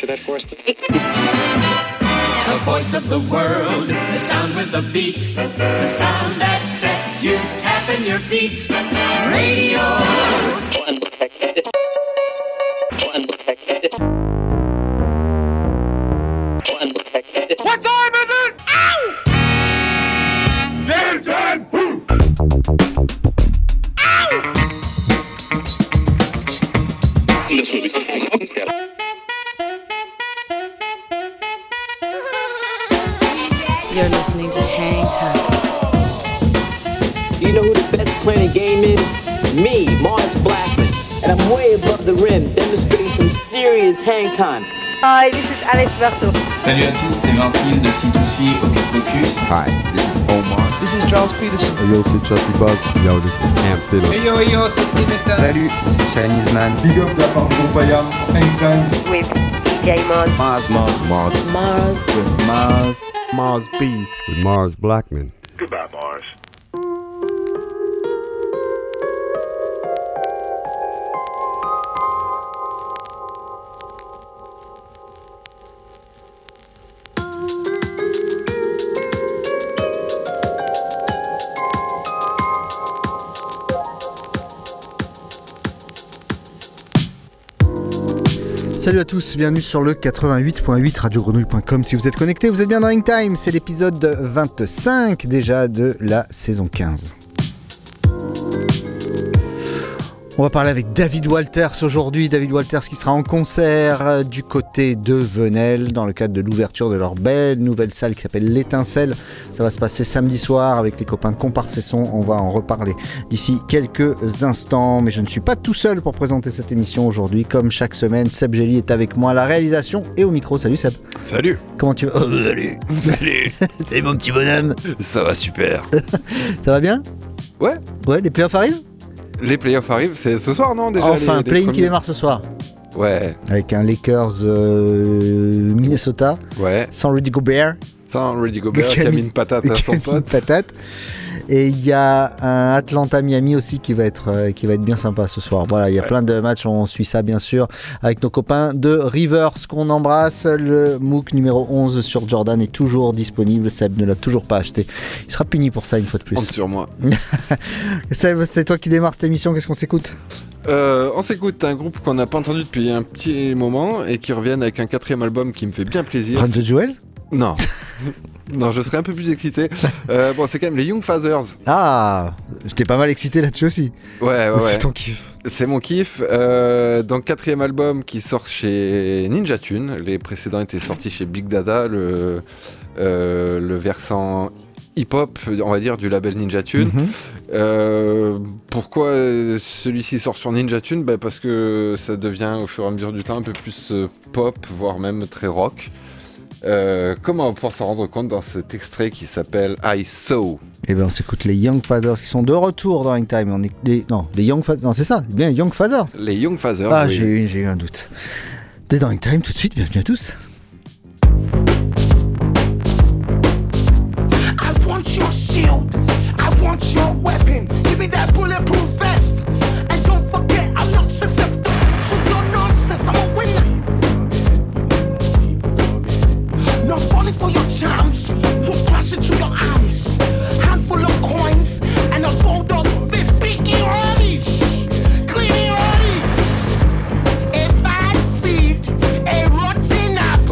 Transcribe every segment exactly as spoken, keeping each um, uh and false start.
answer that for us? The voice of the world, the sound with the beat, the sound that sets you tapping your feet. Radio. What time is it? Ow! Game time! Ow! You're listening to Hang Time. You know who the best playing the game is? Me, Mars Blackman. And I'm way above the rim, demonstrating some serious hang time. Hi, this is Alex Berto. Salut à tous, c'est Vincile de C two C Hocus Pocus. Hi, this is Omar. This is Charles Peterson. Hey yo, c'est Chelsea Buzz. Yo, this is Cam Taylor. Hey yo, yo, c'est Dimitra. Salut, c'est Chinese Man. Big up la part de Payam, Hang With D J Mars. Mars, Mars, Mars. Mars. With Mars. Mars B. With Mars Blackman. Goodbye, Mars. Salut à tous, bienvenue sur le quatre-vingt-huit point huit radio grenouille point com. Si vous êtes connectés, vous êtes bien dans Hang Time, c'est l'épisode vingt-cinq déjà de la saison quinze. On va parler avec David Walters aujourd'hui. David Walters qui sera en concert du côté de Venelle dans le cadre de l'ouverture de leur belle nouvelle salle qui s'appelle l'Étincelle. Ça va se passer samedi soir avec les copains de Comparse et Son. On va en reparler d'ici quelques instants. Mais je ne suis pas tout seul pour présenter cette émission aujourd'hui. Comme chaque semaine, Seb Gély est avec moi à la réalisation et au micro. Salut Seb. Salut. Comment tu vas? Oh, salut. Salut. Salut mon petit bonhomme. Ça va super. Ça va bien? Ouais. Ouais, les playoffs arrivent? Les playoffs arrivent, c'est ce soir non déjà? Enfin, les, les play-in premiers... qui démarre ce soir. Ouais. Avec un Lakers euh, Minnesota. Ouais. Sans Rudy Gobert. Sans Rudy Gobert qui a mis une patate à son pote. Patate. Et il y a un Atlanta-Miami aussi qui va être euh, qui va être bien sympa ce soir. Voilà, il y a ouais. plein de matchs, on suit ça bien sûr avec nos copains de Rivers qu'on embrasse. Le MOOC numéro onze sur Jordan est toujours disponible. Seb ne l'a toujours pas acheté. Il sera puni pour ça une fois de plus. Compte sur moi. Seb, c'est toi qui démarre cette émission. Qu'est-ce qu'on s'écoute? Euh, on s'écoute un groupe qu'on n'a pas entendu depuis un petit moment et qui reviennent avec un quatrième album qui me fait bien plaisir. Run the Jewels? Non. Non, je serais un peu plus excité. Euh, bon, c'est quand même les Young Fathers. Ah, j'étais pas mal excité là-dessus aussi. Ouais, ouais, ouais. C'est ton kiff. C'est mon kiff. Euh, donc, quatrième album qui sort chez Ninja Tune. Les précédents étaient sortis chez Big Dada, le, euh, le versant hip-hop, on va dire, du label Ninja Tune. Mm-hmm. Euh, pourquoi celui-ci sort sur Ninja Tune? Bah, parce que ça devient au fur et à mesure du temps un peu plus euh, pop, voire même très rock. Euh, comment on va pouvoir s'en rendre compte dans cet extrait qui s'appelle I Saw? Eh bien on s'écoute les Young Fathers qui sont de retour dans Hang Time. On est les... Non, les Young Fathers, non c'est ça, bien les Young Fathers. Les Young Fathers, Ah oui. j'ai, eu, j'ai eu un doute. T'es dans Hang Time tout de suite, bienvenue à tous. I want your shield, I want your weapon. Give me that bulletproof vest. And don't forget I'm not susceptible to your nonsense, I'm a winner. Not falling for your charms, no crash into your arms. Handful of coins and a bold of fist speaking Irish, clean Irish. A bad seed, a rotten apple.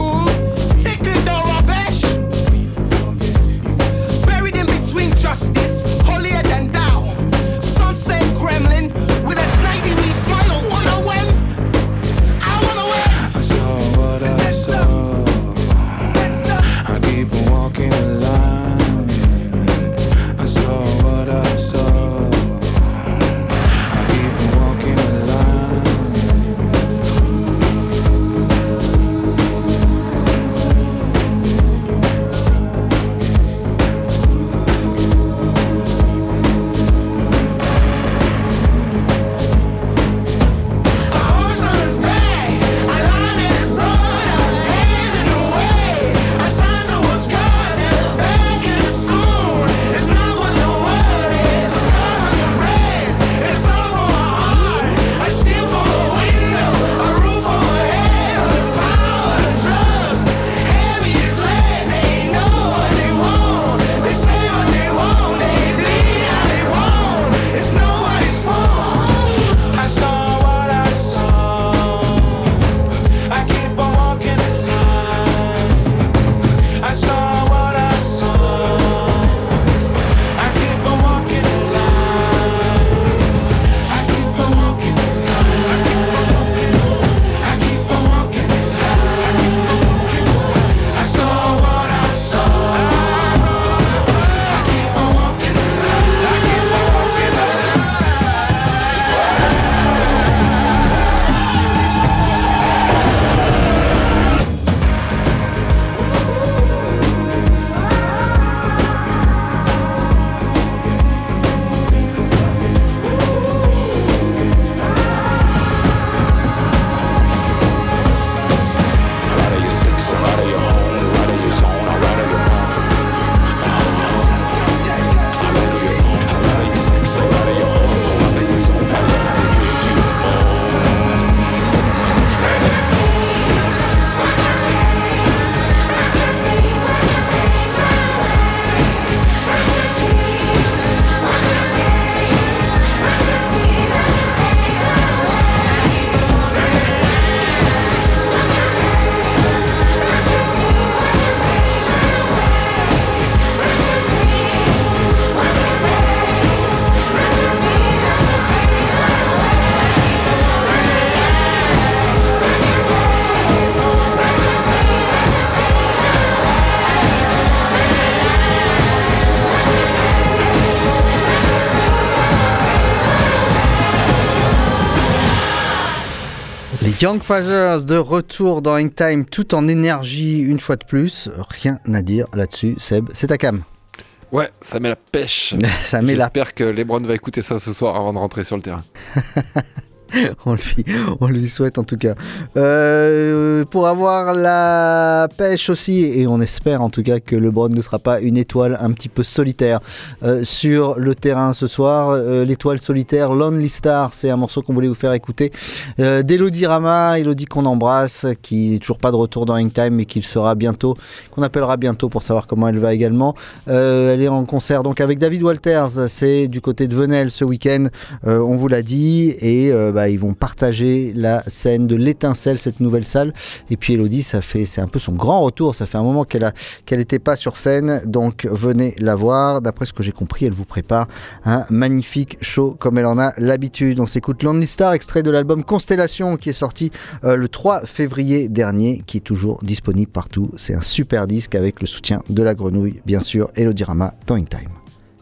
Young Fathers de retour dans Hangtime, tout en énergie une fois de plus. Rien à dire là-dessus, Seb, c'est ta cam. Ouais, ça met la pêche. ça met J'espère la... que LeBron va écouter ça ce soir avant de rentrer sur le terrain. on, lui, on lui souhaite en tout cas. Euh, pour avoir la pêche aussi, et on espère en tout cas que LeBron ne sera pas une étoile un petit peu solitaire euh, sur le terrain ce soir. Euh, l'étoile solitaire, Lonely Star, c'est un morceau qu'on voulait vous faire écouter. Euh, d'Elodie Rama, Elodie qu'on embrasse, qui n'est toujours pas de retour dans Hangtime, mais qui le sera bientôt, qu'on appellera bientôt pour savoir comment elle va également. Euh, elle est en concert donc avec David Walters, c'est du côté de Venelle ce week-end, euh, on vous l'a dit, et euh, bah, ils vont partager la scène de l'Étincelle, cette nouvelle salle. Et puis Elodie, ça fait, c'est un peu son grand retour. Ça fait un moment qu'elle a, qu'elle n'était pas sur scène, donc venez la voir. D'après ce que j'ai compris, elle vous prépare un magnifique show comme elle en a l'habitude. On s'écoute Lonely Star, extrait de l'album Constellation qui est sorti euh, le trois février dernier, qui est toujours disponible partout. C'est un super disque avec le soutien de la Grenouille, bien sûr. Elodie Rama dans Hangtime.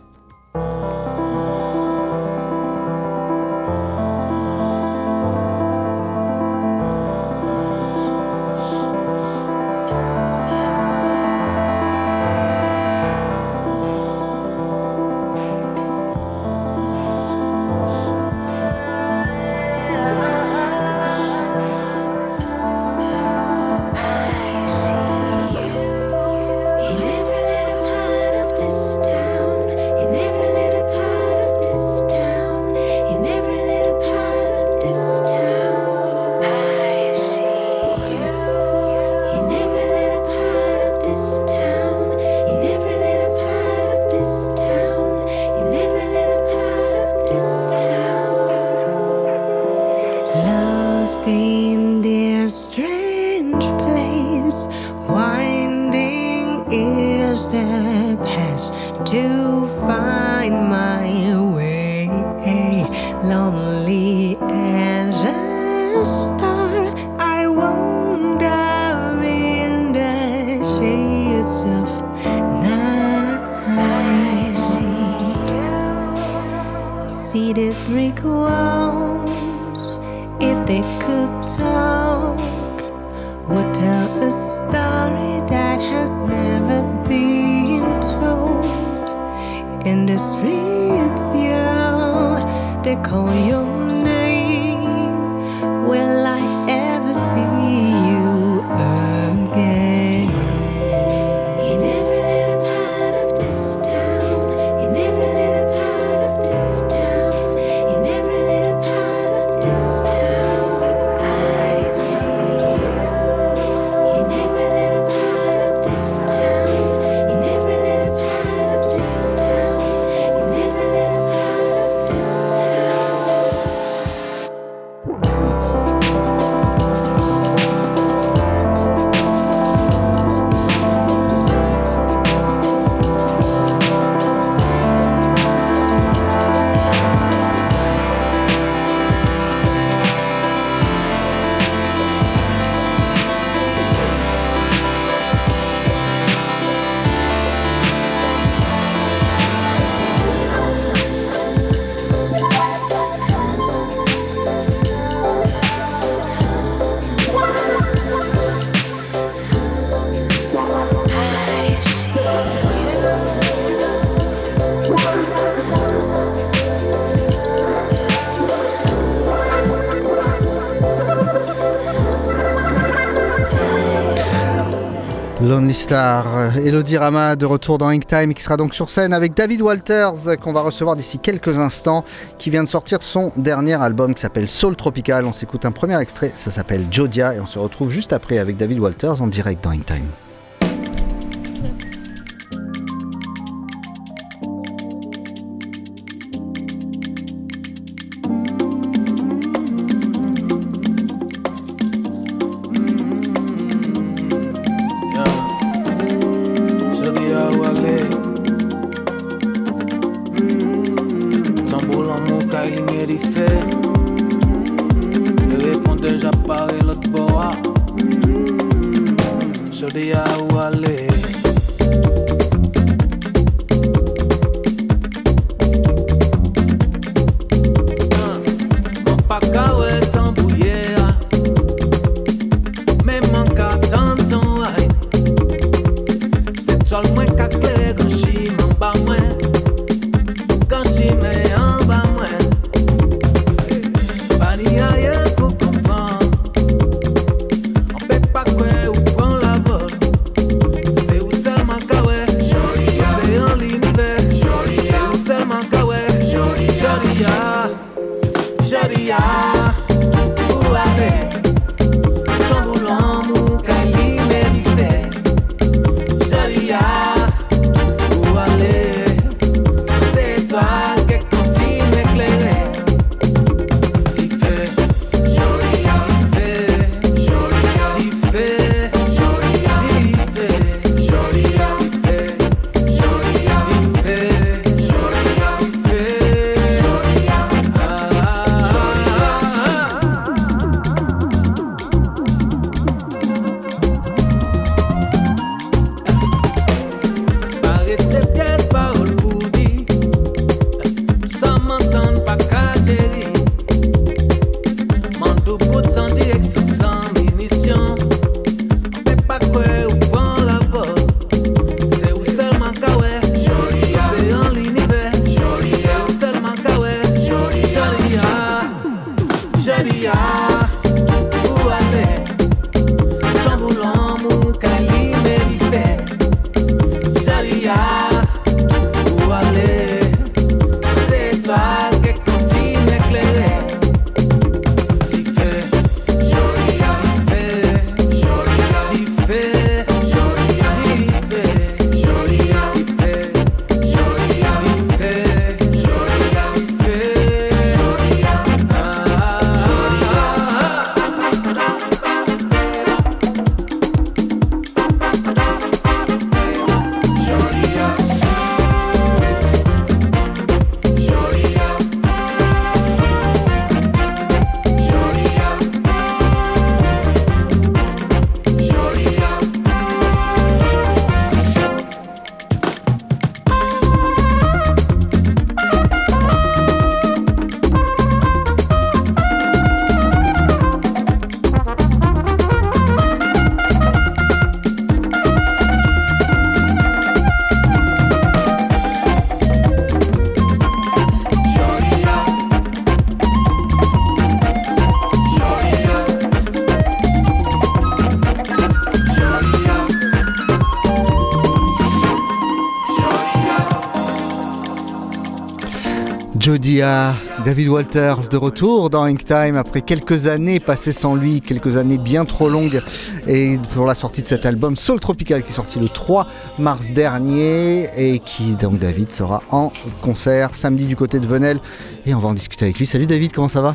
Lonely Star, Elodie Rama de retour dans Hangtime, qui sera donc sur scène avec David Walters, qu'on va recevoir d'ici quelques instants, qui vient de sortir son dernier album qui s'appelle Soul Tropical. On s'écoute un premier extrait, ça s'appelle Jodia, et on se retrouve juste après avec David Walters en direct dans Hangtime. Jodia, David Walters de retour dans Hang Time après quelques années passées sans lui, quelques années bien trop longues, et pour la sortie de cet album Soul Tropical qui est sorti le trois mars dernier et qui donc David sera en concert samedi du côté de Venelle et on va en discuter avec lui. Salut David, comment ça va?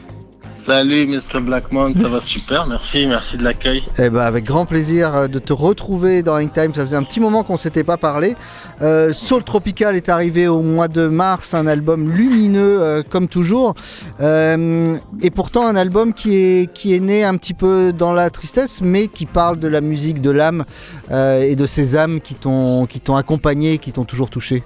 Salut mister Blackmon, ça va super, merci, merci de l'accueil. Eh ben avec grand plaisir de te retrouver dans Hang Time, ça faisait un petit moment qu'on ne s'était pas parlé. Euh, Soul Tropical est arrivé au mois de mars, un album lumineux euh, comme toujours, euh, et pourtant un album qui est, qui est né un petit peu dans la tristesse, mais qui parle de la musique de l'âme euh, et de ces âmes qui t'ont, qui t'ont accompagné, qui t'ont toujours touché.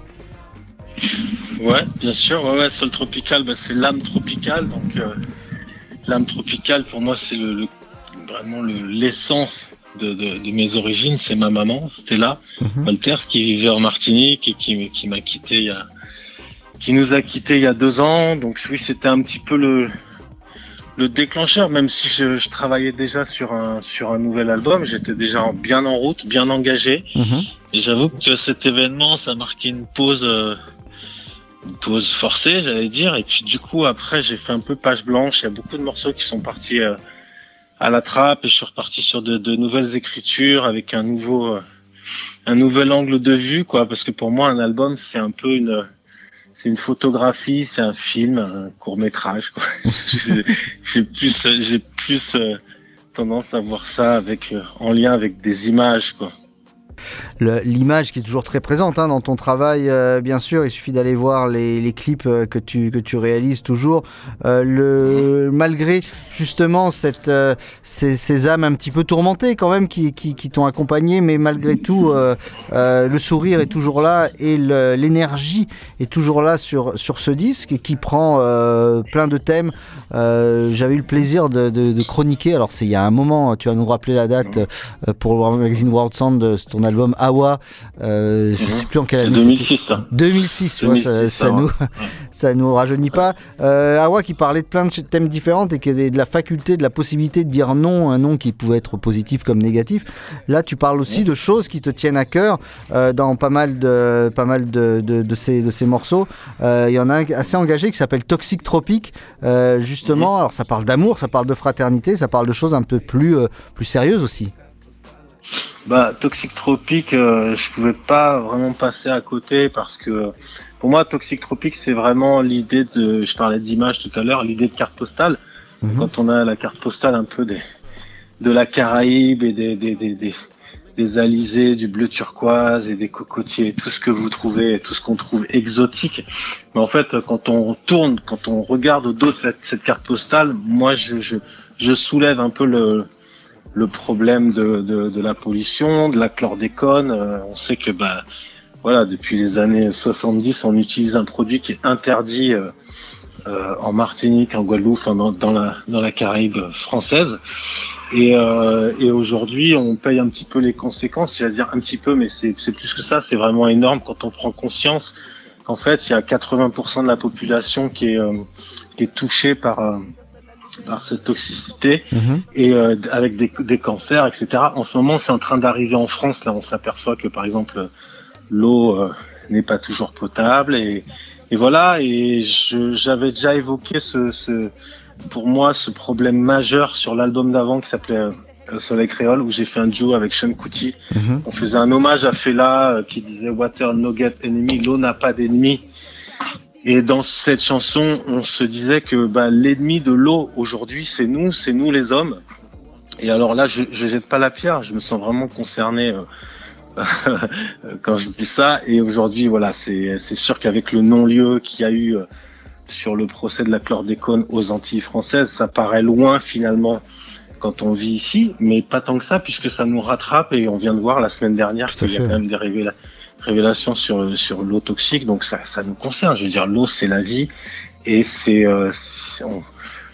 Ouais, bien sûr, ouais, ouais, Soul Tropical, bah, c'est l'âme tropicale, donc... Euh... L'âme tropicale, pour moi, c'est le, le, vraiment le, l'essence de, de, de mes origines. C'est ma maman, Stella mm-hmm. Walters, qui vivait en Martinique et qui, qui m'a quitté il y a, qui nous a quittés il y a deux ans. Donc oui, c'était un petit peu le, le déclencheur, même si je, je travaillais déjà sur un, sur un nouvel album. J'étais déjà en, bien en route, bien engagé. Mm-hmm. Et j'avoue que cet événement, ça a marqué une pause... Euh, une pause forcée, j'allais dire, et puis du coup après j'ai fait un peu page blanche. Il y a beaucoup de morceaux qui sont partis euh, à la trappe et je suis reparti sur de, de nouvelles écritures avec un nouveau euh, un nouvel angle de vue, quoi, parce que pour moi un album c'est un peu une c'est une photographie, c'est un film, un court métrage, quoi. j'ai, j'ai plus j'ai plus euh, tendance à voir ça avec euh, en lien avec des images, quoi. Le, l'image qui est toujours très présente hein, dans ton travail, euh, bien sûr, il suffit d'aller voir les, les clips euh, que, tu, que tu réalises toujours. Euh, le, malgré justement cette, euh, ces, ces âmes un petit peu tourmentées quand même qui, qui, qui t'ont accompagné, mais malgré tout, euh, euh, le sourire est toujours là et le, l'énergie est toujours là sur, sur ce disque qui prend euh, plein de thèmes. Euh, j'avais eu le plaisir de, de, de chroniquer, alors c'est il y a un moment, tu vas nous rappeler la date euh, pour le magazine World Sound de ton album Awa, euh, je ne mmh. sais plus en quelle année. deux mille six. Hein. deux mille six, deux mille six ouais, ça, ça, nous, ça nous rajeunit pas. Euh, Awa qui parlait de plein de thèmes différents et qui avait de la faculté, de la possibilité de dire non, un non qui pouvait être positif comme négatif. Là, tu parles aussi mmh. de choses qui te tiennent à cœur euh, dans pas mal de, pas mal de, de, de, ces, de ces morceaux. Il euh, y en a un assez engagé qui s'appelle Toxic Tropic, euh, justement. Mmh. Alors, ça parle d'amour, ça parle de fraternité, ça parle de choses un peu plus, euh, plus sérieuses aussi. Bah, Toxic Tropic, euh, je pouvais pas vraiment passer à côté parce que pour moi, Toxic Tropic, c'est vraiment l'idée de, je parlais d'image tout à l'heure, l'idée de carte postale. Mmh. Quand on a la carte postale un peu des, de la Caraïbe et des, des, des, des, des alizés, du bleu turquoise et des cocotiers, tout ce que vous trouvez, tout ce qu'on trouve exotique. Mais en fait, quand on tourne, quand on regarde au dos de cette, cette carte postale, moi, je, je, je soulève un peu le, le problème de, de, de la pollution, de la chlordécone. Euh, on sait que bah voilà, depuis les années soixante-dix, on utilise un produit qui est interdit euh, euh, en Martinique, en Guadeloupe, enfin, dans, dans la dans la Caraïbe française. Et, euh, et aujourd'hui, on paye un petit peu les conséquences. Je vais dire un petit peu, mais c'est c'est plus que ça. C'est vraiment énorme quand on prend conscience qu'en fait, il y a quatre-vingts pour cent de la population qui est euh, qui est touchée par euh, par cette toxicité Mhm. et euh, avec des, des cancers, et cetera. En ce moment, c'est en train d'arriver en France. Là, on s'aperçoit que, par exemple, l'eau euh, n'est pas toujours potable. Et, et voilà, et je, j'avais déjà évoqué ce, ce, pour moi, ce problème majeur sur l'album d'avant qui s'appelait euh, Soleil Créole, où j'ai fait un duo avec Sean Kuti. Mhm. On faisait un hommage à Fela euh, qui disait « Water no get enemy », l'eau n'a pas d'ennemi. Et dans cette chanson, on se disait que bah, l'ennemi de l'eau aujourd'hui, c'est nous, c'est nous les hommes. Et alors là, je je jette pas la pierre, je me sens vraiment concerné euh, quand je dis ça. Et aujourd'hui, voilà, c'est c'est sûr qu'avec le non-lieu qu'il y a eu euh, sur le procès de la chlordécone aux Antilles françaises, ça paraît loin finalement quand on vit ici, mais pas tant que ça, puisque ça nous rattrape. Et on vient de voir la semaine dernière Tout à qu'il y a fait. quand même des révélations. révélation sur sur l'eau toxique, donc ça ça nous concerne. Je veux dire, l'eau c'est la vie et c'est, euh, c'est on,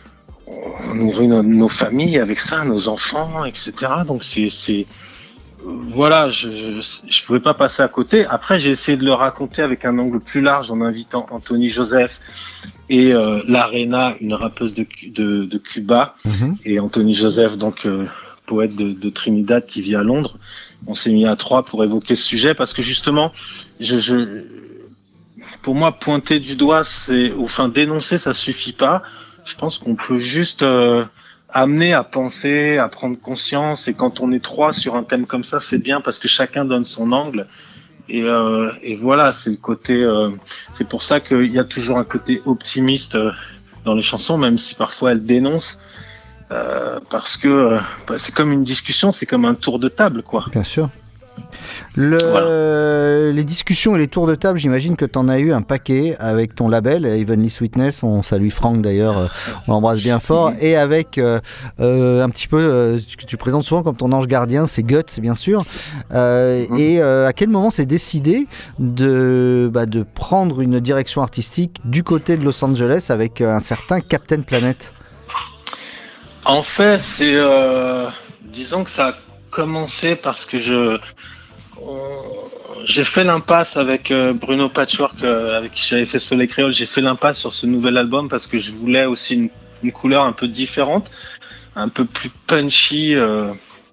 on nourrit nos, nos familles avec ça, nos enfants, et cetera. Donc c'est c'est euh, voilà, je, je je pouvais pas passer à côté. Après, j'ai essayé de le raconter avec un angle plus large en invitant Anthony Joseph et euh, Larena, une rappeuse de de, de Cuba, Mhm. et Anthony Joseph, donc euh, poète de, de Trinidad qui vit à Londres. On s'est mis à trois pour évoquer ce sujet parce que justement, je, je, pour moi, pointer du doigt, c'est, enfin, dénoncer, ça suffit pas. Je pense qu'on peut juste euh, amener à penser, à prendre conscience. Et quand on est trois sur un thème comme ça, c'est bien parce que chacun donne son angle. Et, euh, et voilà, c'est le côté. Euh, c'est pour ça qu'il y a toujours un côté optimiste euh, dans les chansons, même si parfois elles dénoncent. Euh, parce que euh, bah, c'est comme une discussion, c'est comme un tour de table, quoi. Bien sûr. Le... Voilà. Les discussions et les tours de table, j'imagine que tu en as eu un paquet avec ton label, Heavenly Sweetness, on salue Franck d'ailleurs, euh, on l'embrasse bien fort, et avec euh, euh, un petit peu, euh, ce que tu présentes souvent comme ton ange gardien, c'est Guts, bien sûr. Euh, Mhm. Et euh, à quel moment c'est décidé de, bah, de prendre une direction artistique du côté de Los Angeles avec un certain Captain Planet? En fait, c'est, euh, disons que ça a commencé parce que je, on- j'ai fait l'impasse avec euh, Bruno Patchwork, euh, avec qui j'avais fait Soleil Créole. J'ai fait l'impasse sur ce nouvel album parce que je voulais aussi une, une couleur un peu différente, un peu plus punchy, euh,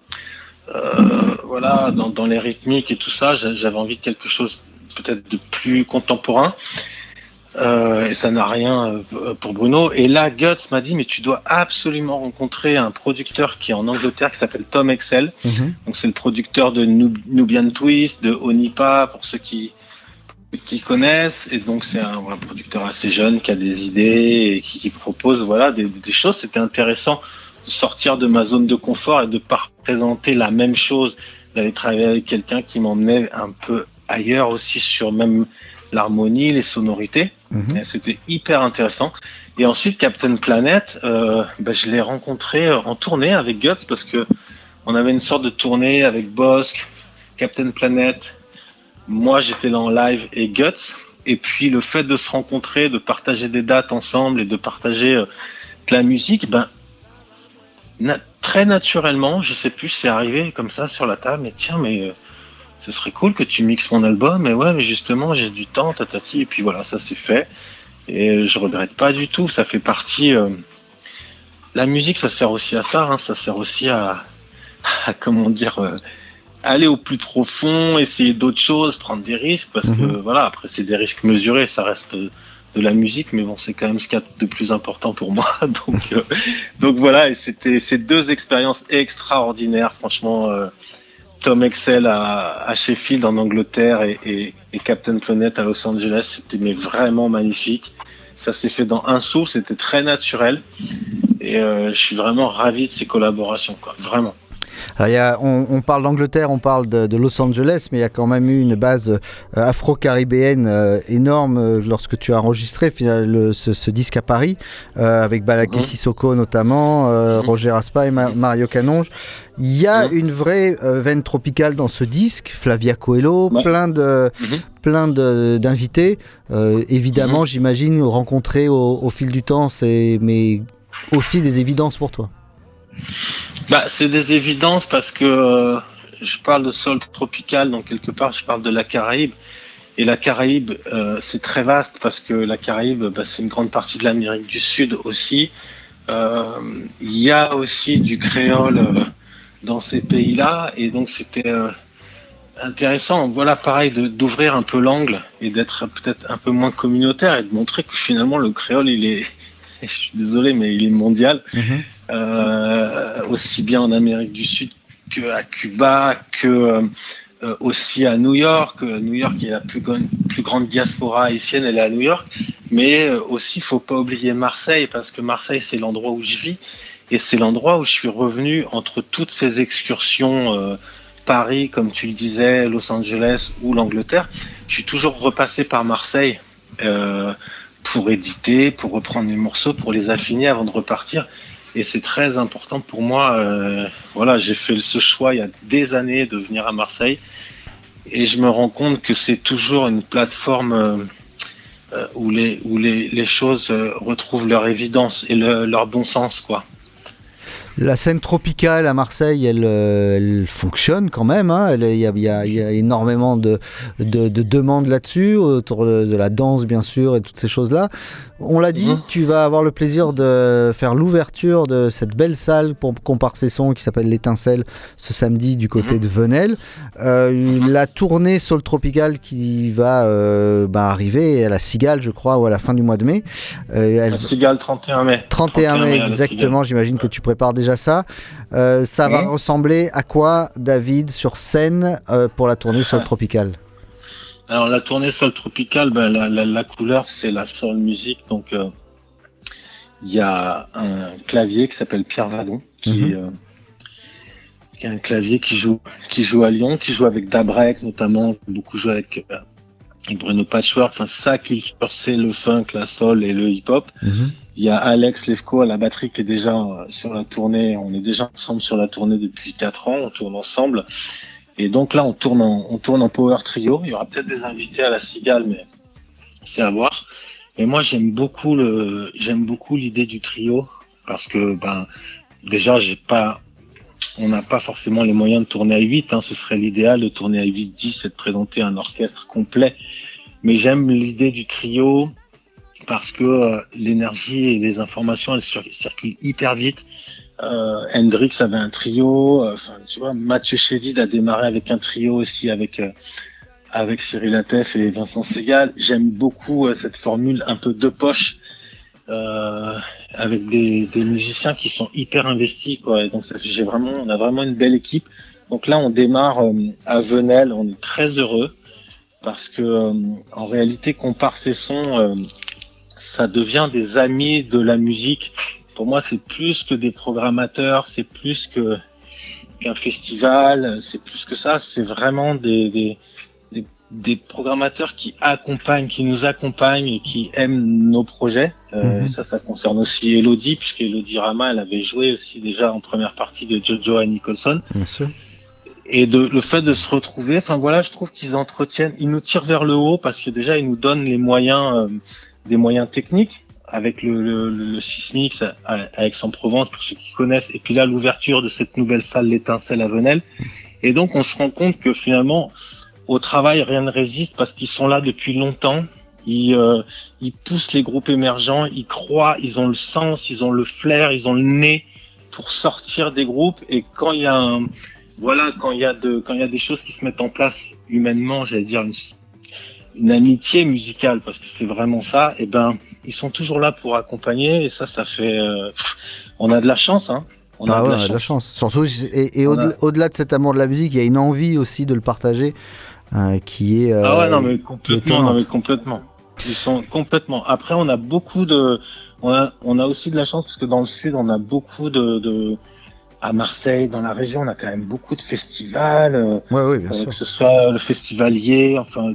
euh, voilà, dans, dans les rythmiques et tout ça. J'a- J'avais envie de quelque chose peut-être de plus contemporain. Euh, et ça n'a rien euh, pour Bruno. Et là, Guts m'a dit, mais tu dois absolument rencontrer un producteur qui est en Angleterre, qui s'appelle Tom Excel. Mhm. Donc c'est le producteur de Nub- Nubian Twist, de Onipa, pour ceux qui qui connaissent. Et donc c'est un, un producteur assez jeune qui a des idées et qui, qui propose voilà des, des choses. C'était intéressant de sortir de ma zone de confort et de pas représenter la même chose, d'aller travailler avec quelqu'un qui m'emmenait un peu ailleurs aussi sur même l'harmonie, les sonorités. Mhm. Et c'était hyper intéressant. Et ensuite, Captain Planet, euh, bah, je l'ai rencontré euh, en tournée avec Guts parce que on avait une sorte de tournée avec Bosque, Captain Planet. Moi, j'étais là en live et Guts. Et puis, le fait de se rencontrer, de partager des dates ensemble et de partager euh, de la musique, ben, na- très naturellement, je sais plus, c'est arrivé comme ça sur la table. Mais tiens, mais euh, ce serait cool que tu mixes mon album. Mais ouais, mais justement, j'ai du temps, tatati. Et puis voilà, ça s'est fait. Et je regrette pas du tout. Ça fait partie. Euh... La musique, ça sert aussi à ça. Hein. Ça sert aussi à, à comment dire, euh, aller au plus profond, essayer d'autres choses, prendre des risques. Parce Mhm. que voilà, après, c'est des risques mesurés. Ça reste euh, de la musique, mais bon, c'est quand même ce qu'il y a de plus important pour moi. donc, euh, donc voilà. Et c'était ces deux expériences extraordinaires, franchement. Euh, Tom Excel à, à Sheffield en Angleterre et, et, et Captain Planet à Los Angeles, c'était mais vraiment magnifique. Ça s'est fait dans un souffle, c'était très naturel et euh, je suis vraiment ravi de ces collaborations, quoi, vraiment. Alors, il y a, on, on parle d'Angleterre, on parle de, de Los Angeles, mais il y a quand même eu une base euh, afro-caribéenne euh, énorme euh, lorsque tu as enregistré final, le, ce, ce disque à Paris, euh, avec Balaké Mhm. Sissoko notamment, euh, Mhm. Roger Aspa et Ma- Mario Canonge. Il y a Mhm. une vraie euh, veine tropicale dans ce disque, Flavia Coelho, Ouais. plein de, Mhm. plein de, d'invités, euh, évidemment, Mhm. j'imagine, rencontrés au, au fil du temps, c'est, mais aussi des évidences pour toi. Bah, c'est des évidences parce que euh, je parle de sol tropical, donc quelque part je parle de la Caraïbe. Et la Caraïbe, euh, c'est très vaste parce que la Caraïbe, bah, c'est une grande partie de l'Amérique du Sud aussi. euh, il y a aussi du créole euh, dans ces pays-là, et donc c'était euh, intéressant. Voilà, pareil, de, d'ouvrir un peu l'angle et d'être peut-être un peu moins communautaire et de montrer que finalement le créole, il est, je suis désolé, mais il est mondial, mmh. euh, aussi bien en Amérique du Sud qu'à Cuba, que euh, aussi à New York. New York, il y a la plus, grande, plus grande diaspora haïtienne, elle est à New York. Mais euh, aussi, il faut pas oublier Marseille, parce que Marseille, c'est l'endroit où je vis. Et c'est l'endroit où je suis revenu entre toutes ces excursions, euh, Paris, comme tu le disais, Los Angeles ou l'Angleterre. Je suis toujours repassé par Marseille euh, pour éditer, pour reprendre mes morceaux, pour les affiner avant de repartir. Et c'est très important pour moi. Euh, voilà, j'ai fait ce choix il y a des années de venir à Marseille. Et je me rends compte que c'est toujours une plateforme euh, euh, où, les, où les, les choses euh, retrouvent leur évidence et le, leur bon sens, quoi. La scène tropicale à Marseille, elle, elle fonctionne quand même. Hein. Il y, y, y a énormément de, de, de demandes là-dessus, autour de, de la danse, bien sûr, et toutes ces choses-là. On l'a dit, mmh. tu vas avoir le plaisir de faire l'ouverture de cette belle salle pour Compare ses sons qui s'appelle l'Étincelle ce samedi du côté mmh. de Venelle. Euh, la tournée Soul Tropical qui va euh, bah, arriver à la Cigale, je crois, ou à la fin du mois de mai. Euh, elle... La Cigale, trente et un mai. trente et un mai, exactement. J'imagine que tu prépares déjà ça. Euh, ça mmh. va ressembler à quoi, David, sur scène euh, pour la tournée Soul Tropical? Alors la tournée Soul Tropical, ben, la, la, la couleur c'est la soul music, donc il euh, y a un clavier qui s'appelle Pierre Vadon, qui, mm-hmm. est, euh, qui est un clavier qui joue, qui joue à Lyon, qui joue avec Dabrek notamment, beaucoup joué avec, euh, avec Bruno Patchwork. Enfin, sa culture c'est le funk, la soul et le hip-hop. Il mm-hmm. y a Alex Lefko à la batterie qui est déjà euh, sur la tournée. On est déjà ensemble sur la tournée depuis quatre ans, on tourne ensemble. Et donc là, on tourne en, on tourne en power trio. Il y aura peut-être des invités à la Cigale, mais c'est à voir. Et moi, j'aime beaucoup le, j'aime beaucoup l'idée du trio parce que, ben, déjà, j'ai pas, on n'a pas forcément les moyens de tourner à huit. Hein. Ce serait l'idéal de tourner à huit dix et de présenter un orchestre complet. Mais j'aime l'idée du trio parce que euh, l'énergie et les informations, elles circulent hyper vite. Euh, Hendrix avait un trio, enfin euh, tu vois, Mathieu Chédid a démarré avec un trio aussi avec euh, avec Cyril Atef et Vincent Segal. J'aime beaucoup euh, cette formule un peu de poche euh, avec des, des musiciens qui sont hyper investis, quoi. Et donc ça, j'ai vraiment, on a vraiment une belle équipe. Donc là, on démarre euh, à Venelle, on est très heureux parce que euh, en réalité, Compare ses sons, euh, ça devient des amis de la musique. Pour moi, c'est plus que des programmateurs, c'est plus que qu'un festival, c'est plus que ça. C'est vraiment des, des, des, des programmateurs qui accompagnent, qui nous accompagnent et qui aiment nos projets. Euh, mm-hmm. Ça, ça concerne aussi Elodie, puisque Elodie Rama, elle avait joué aussi déjà en première partie de Jojo et Nicholson. Bien sûr. Et de, le fait de se retrouver, enfin voilà, je trouve qu'ils entretiennent, ils nous tirent vers le haut parce que déjà, ils nous donnent les moyens, euh, des moyens techniques. Avec le, le, le Sismix à Aix-en-Provence, pour ceux qui connaissent, et puis là, l'ouverture de cette nouvelle salle, l'Étincelle à Venelle. Et donc, on se rend compte que finalement, au travail, rien ne résiste parce qu'ils sont là depuis longtemps. Ils, euh, ils poussent les groupes émergents, ils croient, ils ont le sens, ils ont le flair, ils ont le nez pour sortir des groupes. Et quand il y a un, voilà, quand il y a de, quand il y a des choses qui se mettent en place humainement, j'allais dire une, une amitié musicale, parce que c'est vraiment ça, et ben, ils sont toujours là pour accompagner, et ça, ça fait... Euh, on a de la chance, hein. On ah a, ouais, de, la on a chance. de la chance. Surtout, et, et au-delà, a... au-delà de cet amour de la musique, il y a une envie aussi de le partager, euh, qui est... Euh, ah ouais, non, mais complètement, non, mais complètement. Ils sont complètement... Après, on a beaucoup de... On a, on a aussi de la chance, parce que dans le Sud, on a beaucoup de... de... À Marseille, dans la région, on a quand même beaucoup de festivals. Euh, ouais, oui, bien euh, sûr. Que ce soit le Festivalier, enfin...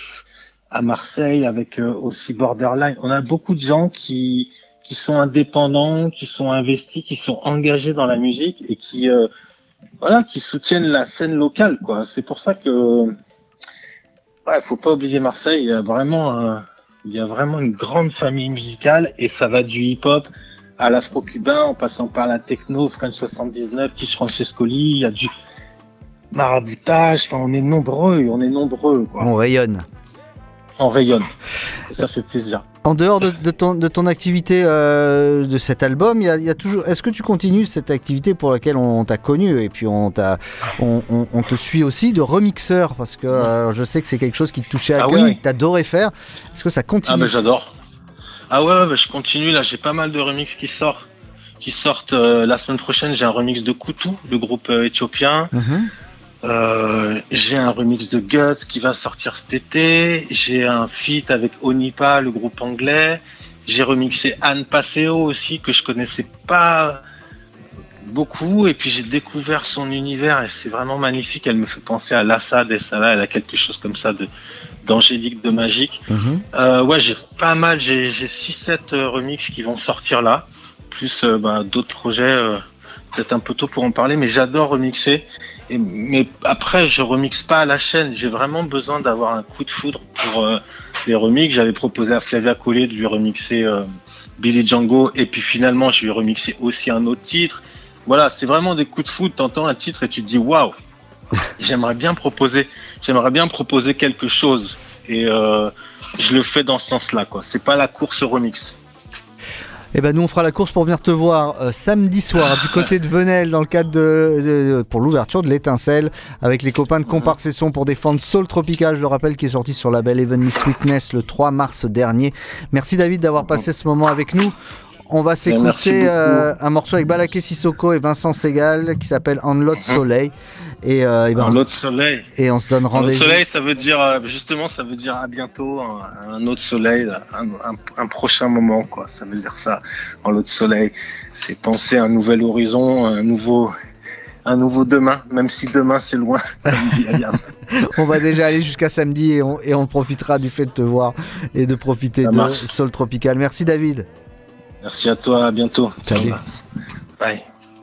à Marseille, avec euh, aussi Borderline. On a beaucoup de gens qui qui sont indépendants, qui sont investis, qui sont engagés dans la musique et qui euh, voilà, qui soutiennent la scène locale, quoi. C'est pour ça que ouais, faut pas oublier Marseille. Il y a vraiment un, il y a vraiment une grande famille musicale et ça va du hip-hop à l'afro-cubain, en passant par la techno, French soixante-dix-neuf, Kish Francescoli. Il y a du maraboutage. Enfin, on est nombreux, on est nombreux, quoi. On rayonne. On rayonne. Et ça fait plaisir. En dehors de, de, ton, de ton activité euh, de cet album, y a, y a toujours. Est-ce que tu continues cette activité pour laquelle on, on t'a connu et puis on, t'a, on, on, on te suit aussi de remixeur parce que euh, je sais que c'est quelque chose qui te touchait à Ah cœur oui. et que t'adorais faire. Est-ce que ça continue? Ah bah j'adore. Ah ouais, bah, je continue là, j'ai pas mal de remixes qui sortent. Qui sortent euh, la semaine prochaine, j'ai un remix de Kutu, le groupe euh, éthiopien. Mm-hmm. Euh, j'ai un remix de Guts qui va sortir cet été. J'ai un feat avec Onipa, le groupe anglais. J'ai remixé Anne Passeo aussi, que je connaissais pas beaucoup. Et puis j'ai découvert son univers et c'est vraiment magnifique. Elle me fait penser à Lassad et Salah. Elle a quelque chose comme ça de d'angélique, de magique. Mm-hmm. Euh, ouais, j'ai pas mal. J'ai j'ai six sept euh, remixes qui vont sortir là. Plus euh, bah, d'autres projets. Euh, peut-être un peu tôt pour en parler, mais j'adore remixer. Et, mais après, je remixe pas à la chaîne. J'ai vraiment besoin d'avoir un coup de foudre pour euh, les remixes. J'avais proposé à Flavia Collet de lui remixer euh, Billy Django, et puis finalement, je lui ai remixé aussi un autre titre. Voilà, c'est vraiment des coups de foudre. T'entends un titre et tu te dis waouh. J'aimerais bien proposer, j'aimerais bien proposer quelque chose. Et euh, je le fais dans ce sens-là, quoi. C'est pas la course au remix. Eh ben nous on fera la course pour venir te voir euh, samedi soir du côté de Venelle dans le cadre de, de, de pour l'ouverture de l'Étincelle avec les copains de Comparse et Son pour défendre Soul Tropical, je le rappelle, qui est sorti sur la label Heavenly Sweetness le trois mars dernier. Merci David d'avoir passé ce moment avec nous. On va s'écouter euh, un morceau avec Balaké Sissoko et Vincent Segal qui s'appelle En l'autre soleil. Et, euh, et ben un autre soleil. Et on se donne rendez-vous. Un autre soleil, ça veut dire justement, ça veut dire à bientôt, un, un autre soleil, un, un, un prochain moment, quoi. Ça veut dire ça. En l'autre soleil, c'est penser à un nouvel horizon, un nouveau, un nouveau demain, même si demain c'est loin. Samedi, on va déjà aller jusqu'à samedi et on, et on profitera du fait de te voir et de profiter ça de marche. Soul Tropical. Merci David. Merci à toi, à bientôt. Salut. Bye.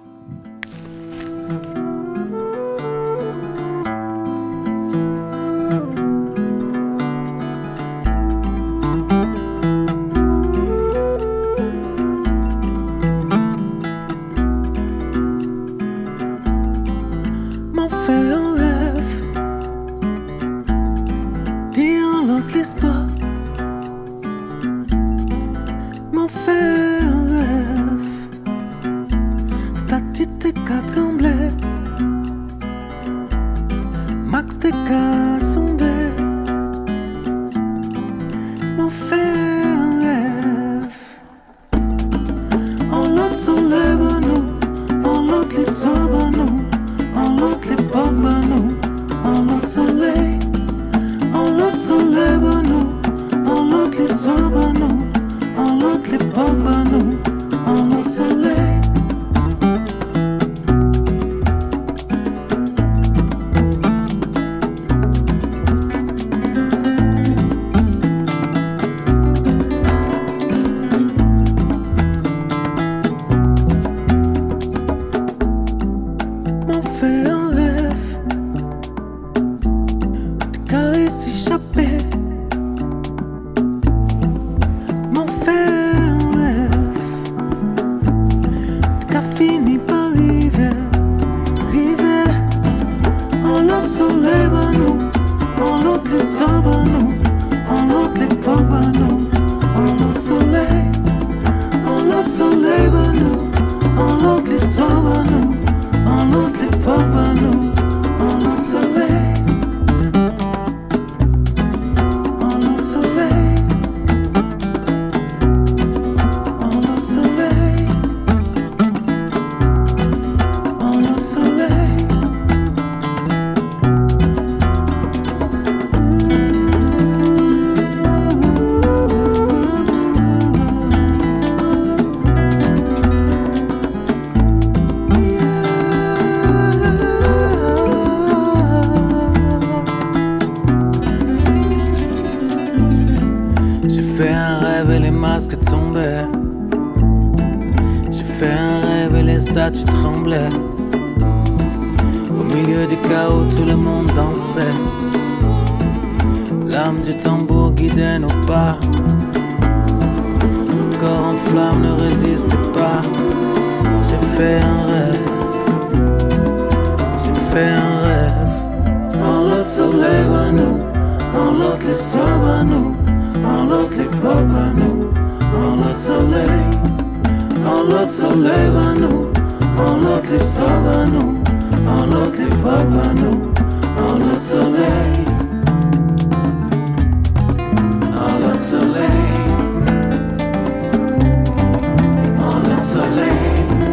M'en fait un rêve, dis en l'autre l'histoire. M'en fait un rêve, statut t'es qu'à trembler, max t'es qu'à tomber. M'en fait un rêve, en l'autre soleil bah nous, en l'autre l'histoire bah nous, en l'autre l'époque bah nous, en l'autre soleil, en l'autre soleil bah nous, en l'autre l'histoire bah nous. En l'autre l'époque, bah nous, en l'autre soleil. M'en fait un rêve, de caresses échappées. Tu tremblais. Au milieu du chaos, tout le monde dansait. L'âme du tambour guidait nos pas. Le corps en flamme ne résiste pas. J'ai fait un rêve. J'ai fait un rêve. En l'autre soleil, bah nous. En l'autre l'histoire, bah nous. en l'autre les pop à nous, en l'autre soleil, en l'autre soleil à nous, en l'autre les stars à nous, en l'autre les pop à nous, en l'autre soleil, en l'autre soleil, en l'autre soleil,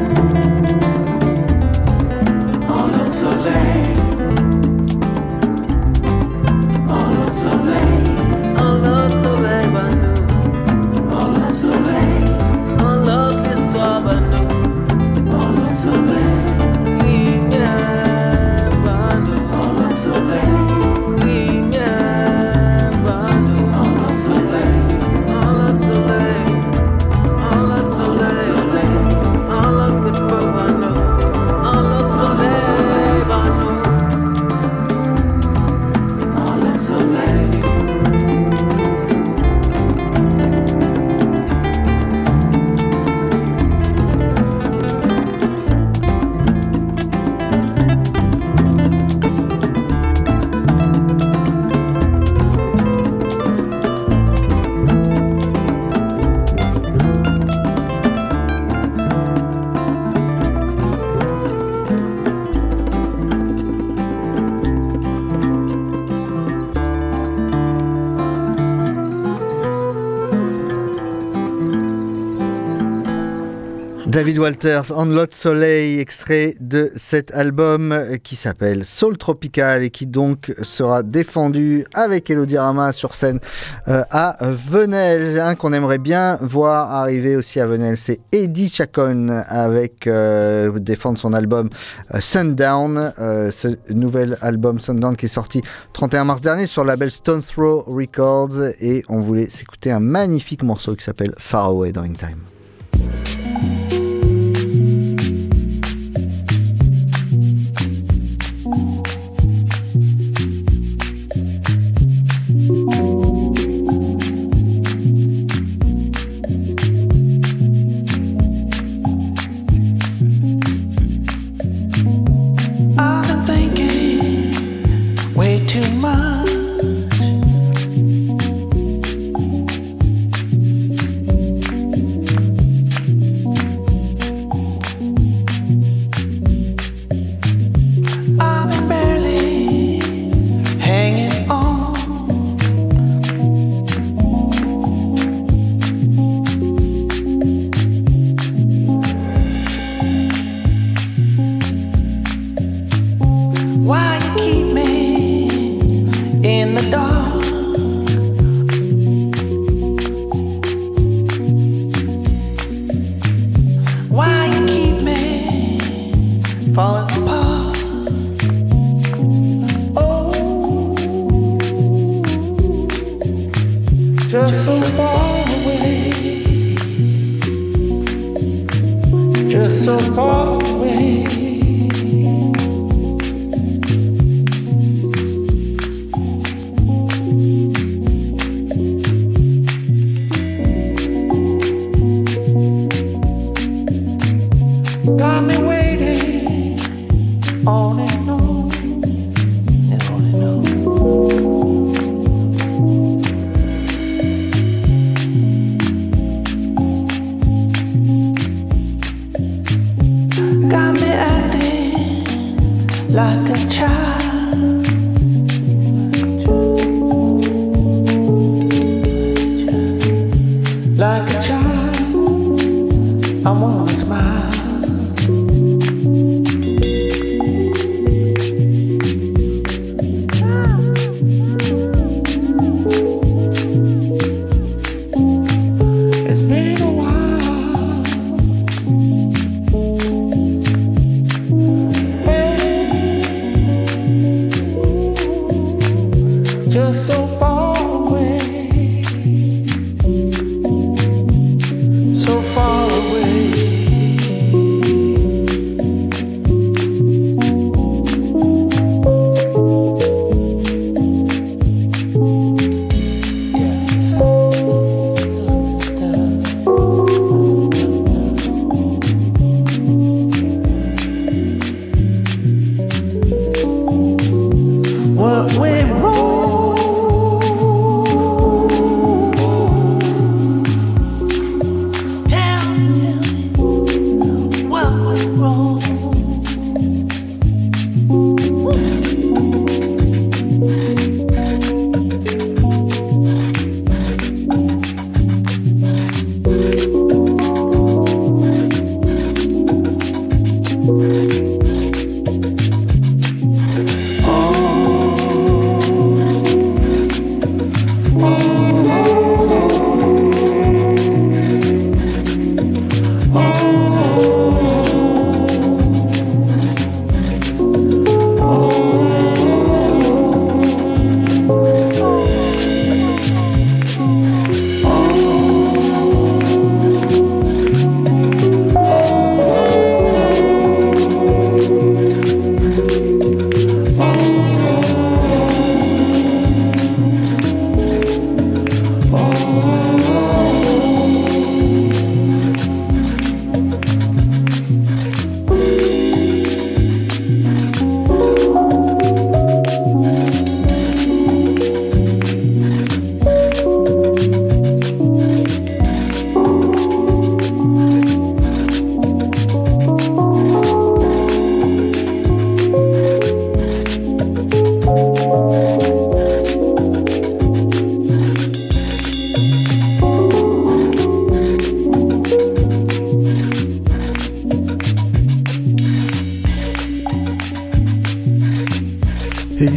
en l'autre soleil, en l'autre soleil, en l'autre soleil, bah nous, en l'autre soleil, en l'autre l'histoire, bah nous, en l'autre soleil, ligne, bah nous, en l'autre soleil, ligne, bah nous, en l'autre soleil, en l'autre soleil, en l'autre soleil, en l'autre l'histoire, bah nous, en l'autre soleil, bah nous, en l'autre soleil. David Walters, On Lot Soleil, extrait de cet album qui s'appelle Soul Tropical et qui donc sera défendu avec Elodie Rama sur scène euh, à Venelle. Un qu'on aimerait bien voir arriver aussi à Venelle, c'est Eddie Chacon avec euh, défendre son album euh, Sundown, euh, ce nouvel album Sundown qui est sorti trente et un mars dernier sur le label Stone Throw Records, et on voulait s'écouter un magnifique morceau qui s'appelle Far Away During Time. What went wrong?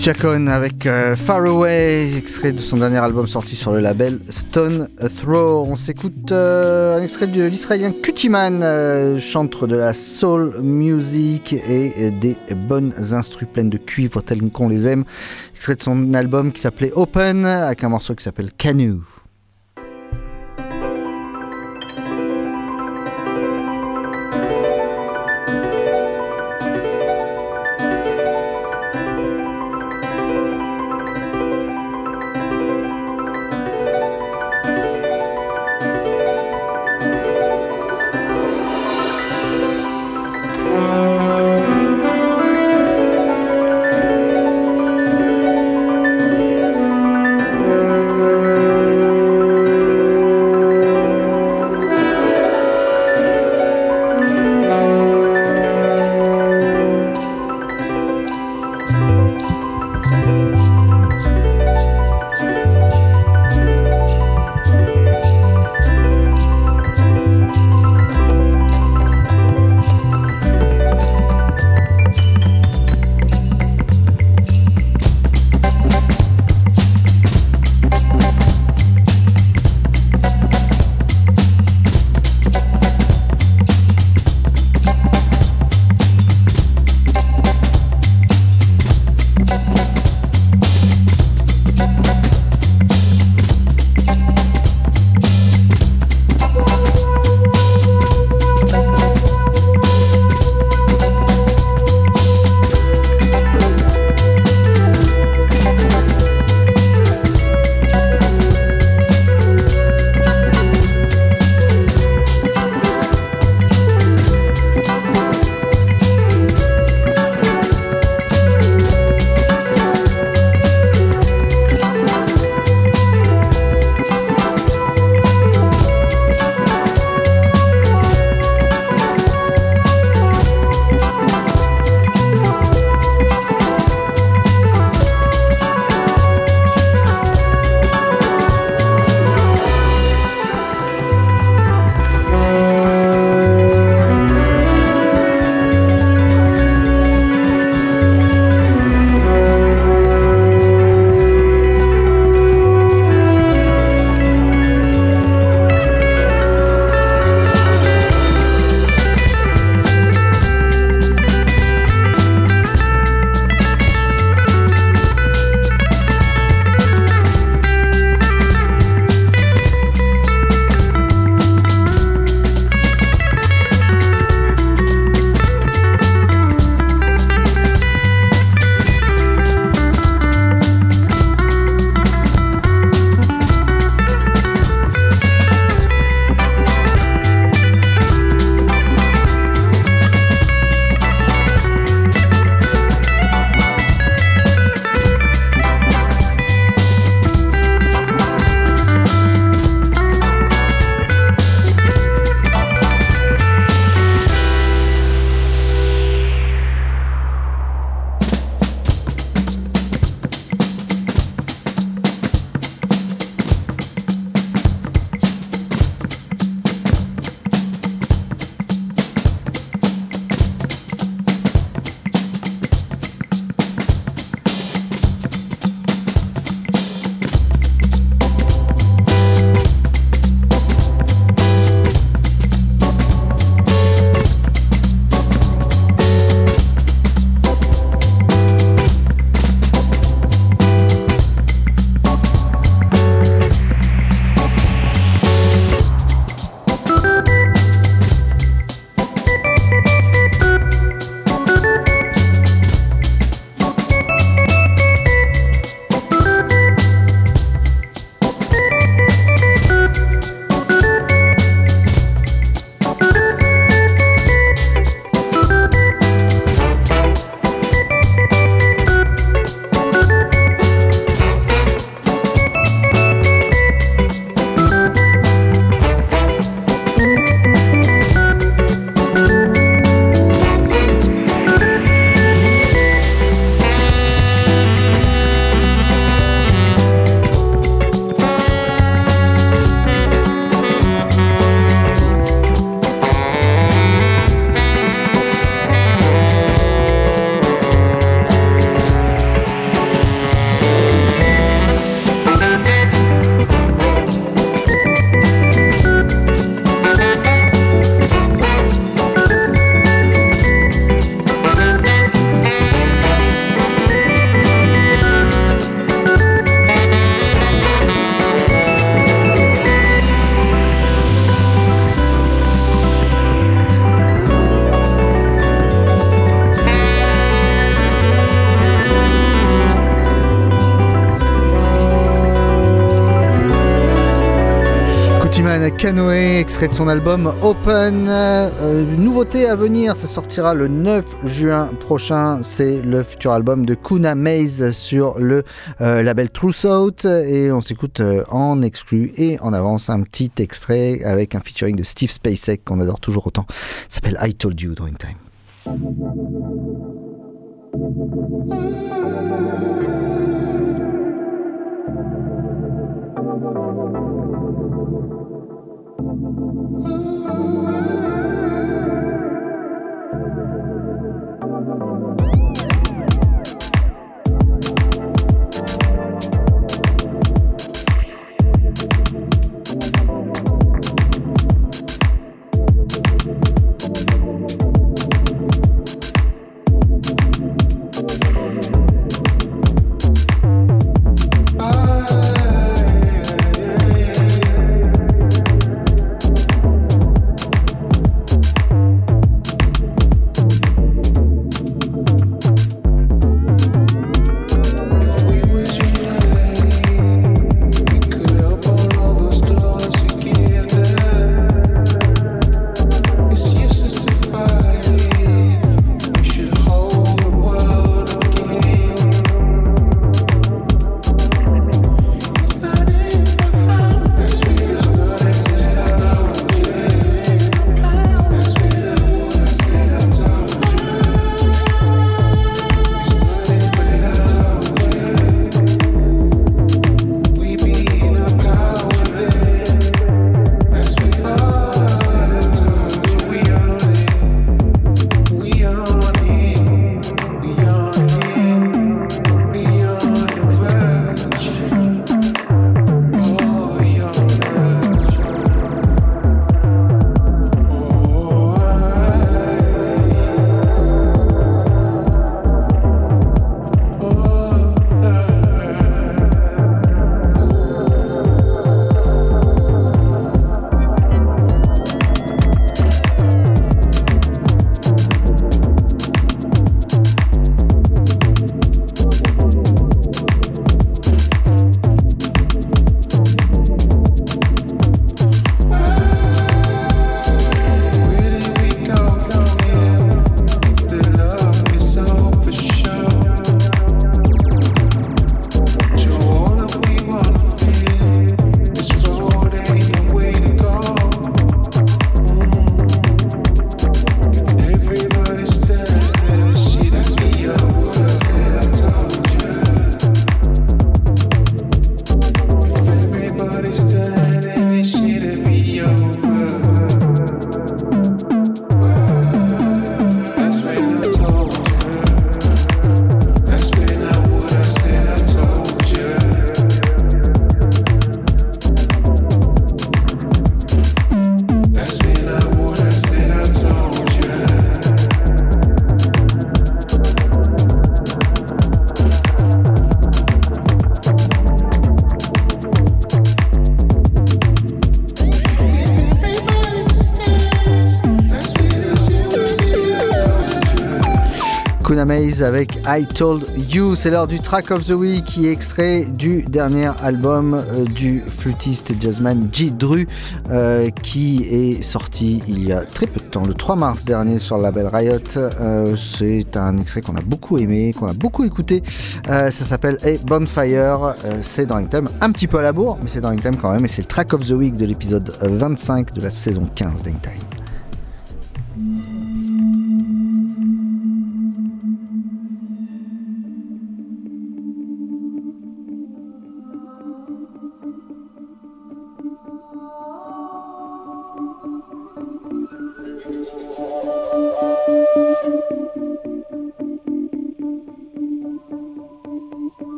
Chacon avec euh, Far Away, extrait de son dernier album sorti sur le label Stone Throw. On s'écoute euh, un extrait de l'israélien Kutiman, euh, chantre de la soul music et, et des bonnes instrus pleines de cuivre telles qu'on les aime. Extrait de son album qui s'appelait Open avec un morceau qui s'appelle Canoe. Thank you. Gentleman, Canoë, extrait de son album Open. Euh, nouveauté à venir, ça sortira le neuf juin prochain. C'est le futur album de Kuna Maze sur le euh, label True South. Et on s'écoute euh, en exclu et en avance un petit extrait avec un featuring de Steve Spacek qu'on adore toujours autant. Ça s'appelle I Told You dans In Time. Kuna Maze avec I Told You. C'est l'heure du Track of the Week qui est extrait du dernier album euh, du flûtiste jazzman J. Drew euh, qui est sorti il y a très peu de temps, le trois mars dernier sur le label Riot. Euh, c'est un extrait qu'on a beaucoup aimé, qu'on a beaucoup écouté. Euh, ça s'appelle A Bonfire. Euh, c'est dans In Time, un petit peu à la bourre, mais c'est dans In Time quand même. Et c'est le Track of the Week de l'épisode vingt-cinq de la saison quinze d'In Time.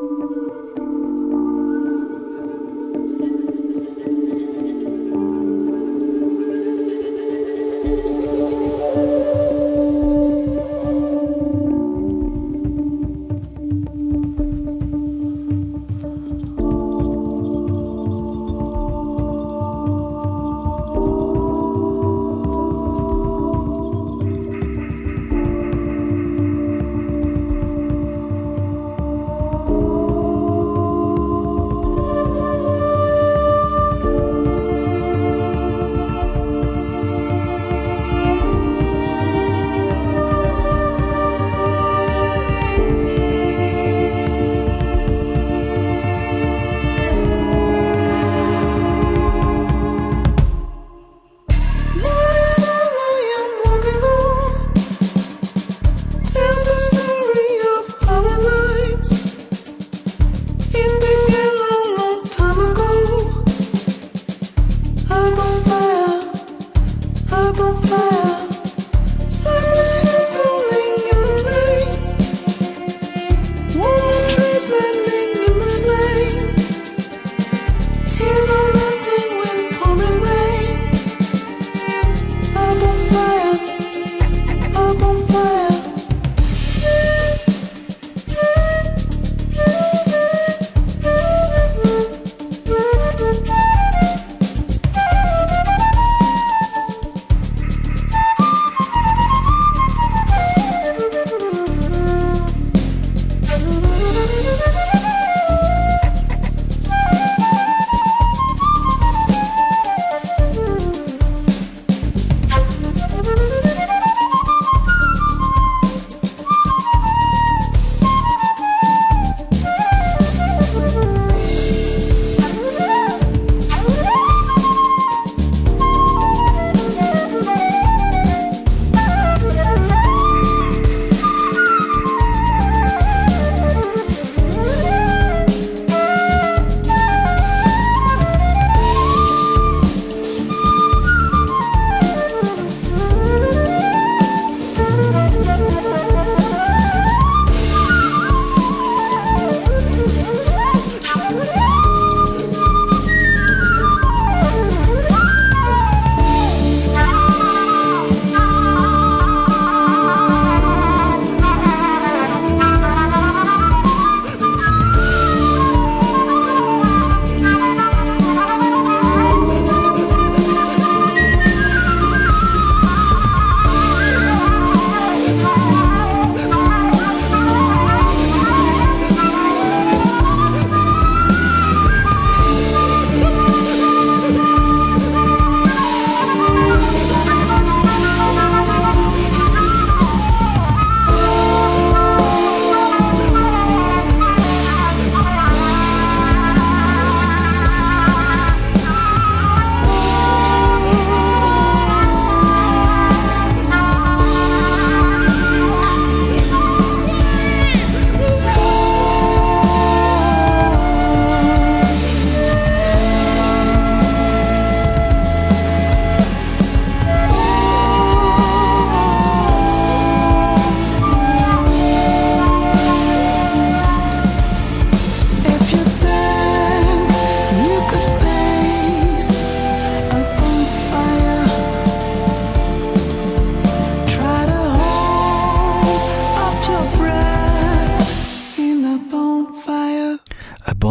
Thank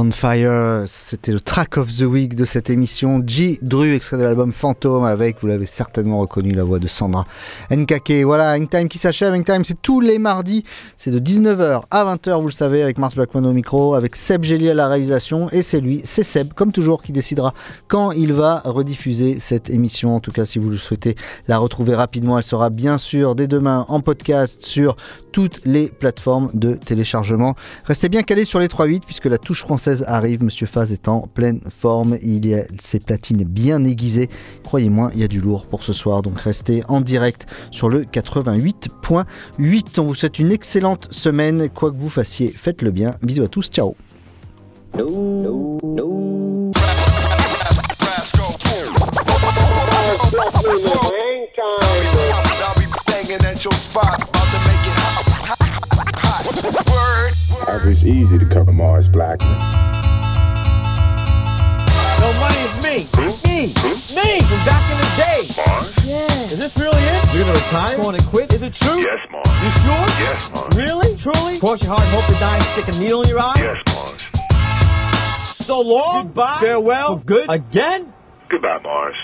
On Fire, c'était le track of the week de cette émission. J. Dru, extrait de l'album Fantôme, avec, vous l'avez certainement reconnu, la voix de Sandra Nkake. Voilà, Hangtime qui s'achève. Hangtime, c'est tous les mardis, c'est de dix-neuf heures à vingt heures, vous le savez, avec Mars Blackman au micro, avec Seb Gélier à la réalisation, et c'est lui, c'est Seb, comme toujours, qui décidera quand il va rediffuser cette émission. En tout cas, si vous le souhaitez la retrouver rapidement, elle sera bien sûr dès demain en podcast sur toutes les plateformes de téléchargement. Restez bien calés sur les trois huit, puisque la touche française arrive, Monsieur Faz est en pleine forme, il y a ses platines bien aiguisées, croyez-moi, il y a du lourd pour ce soir, donc restez en direct sur le quatre-vingt-huit point huit. On vous souhaite une excellente semaine, quoi que vous fassiez, faites-le bien, bisous à tous, ciao. No, no, no. It's easy to cover Mars Blackman. No money is me. Who? Me. Who? Me from back in the day. Mars? Yeah. Is this really it? You're gonna retire? Going to quit? Is it true? Yes, Mars. You sure? Yes, Mars. Really? Truly? Cross your heart and hope to die and stick a needle in your eye? Yes, Mars. So long. Goodbye. Farewell. For good. Again? Goodbye, Mars.